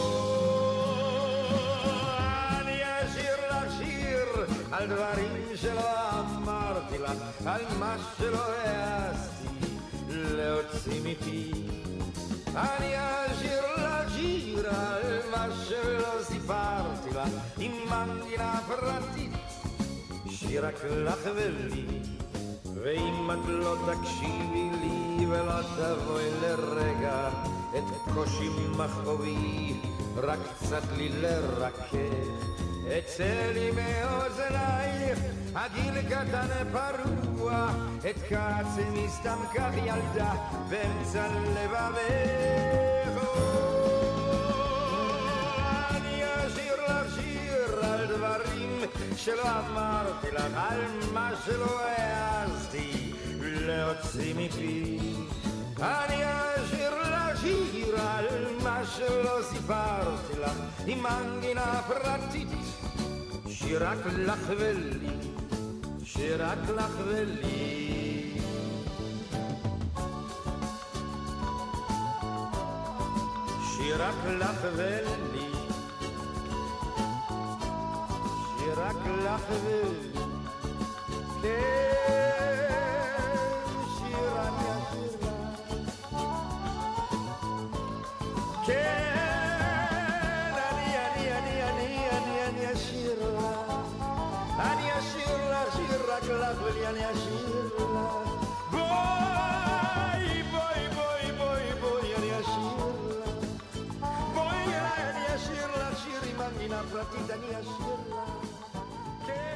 S4: אני אשיר לך שיר על דברים שלא אמרתי לך, על מה שלא העזתי להוציא מפי. אני אשיר לך שיר על מה שלא סיפרתי לך, עם מנגינה פרטית, שיר רק לך ולי. ואם את לא תקשיבי לי ולא תבואי לרגע את קושי מכאובי, רק קצת לי לרכך, אצא לי מאוזנייך הגיל קטן פרוע, את כעצמי סתם כך ילדה באמצע לבבך. אני אשיר לך שיר על דברים שלא אמרתי לך, על מה שלא העזתי להוציא מפי. אני אשיר לך שיר על מה שלא סיפרתי לך, עם מנגינה פרטית, שיר רק לך ולי, שיר רק לך ולי. שיר רק לך ולי, שיר רק לך ולי. כן, שיר אני אשיר לך. כן, אני אשיר לך. אני אשיר לך, שיר רק לך ולי, אני אשיר לך. בואי, בואי, בואי, בואי, בואי, אני אשיר לך. בואי אליי, אני אשיר לך שיר עם מנגינה פרטית, אני אשיר לך. כן.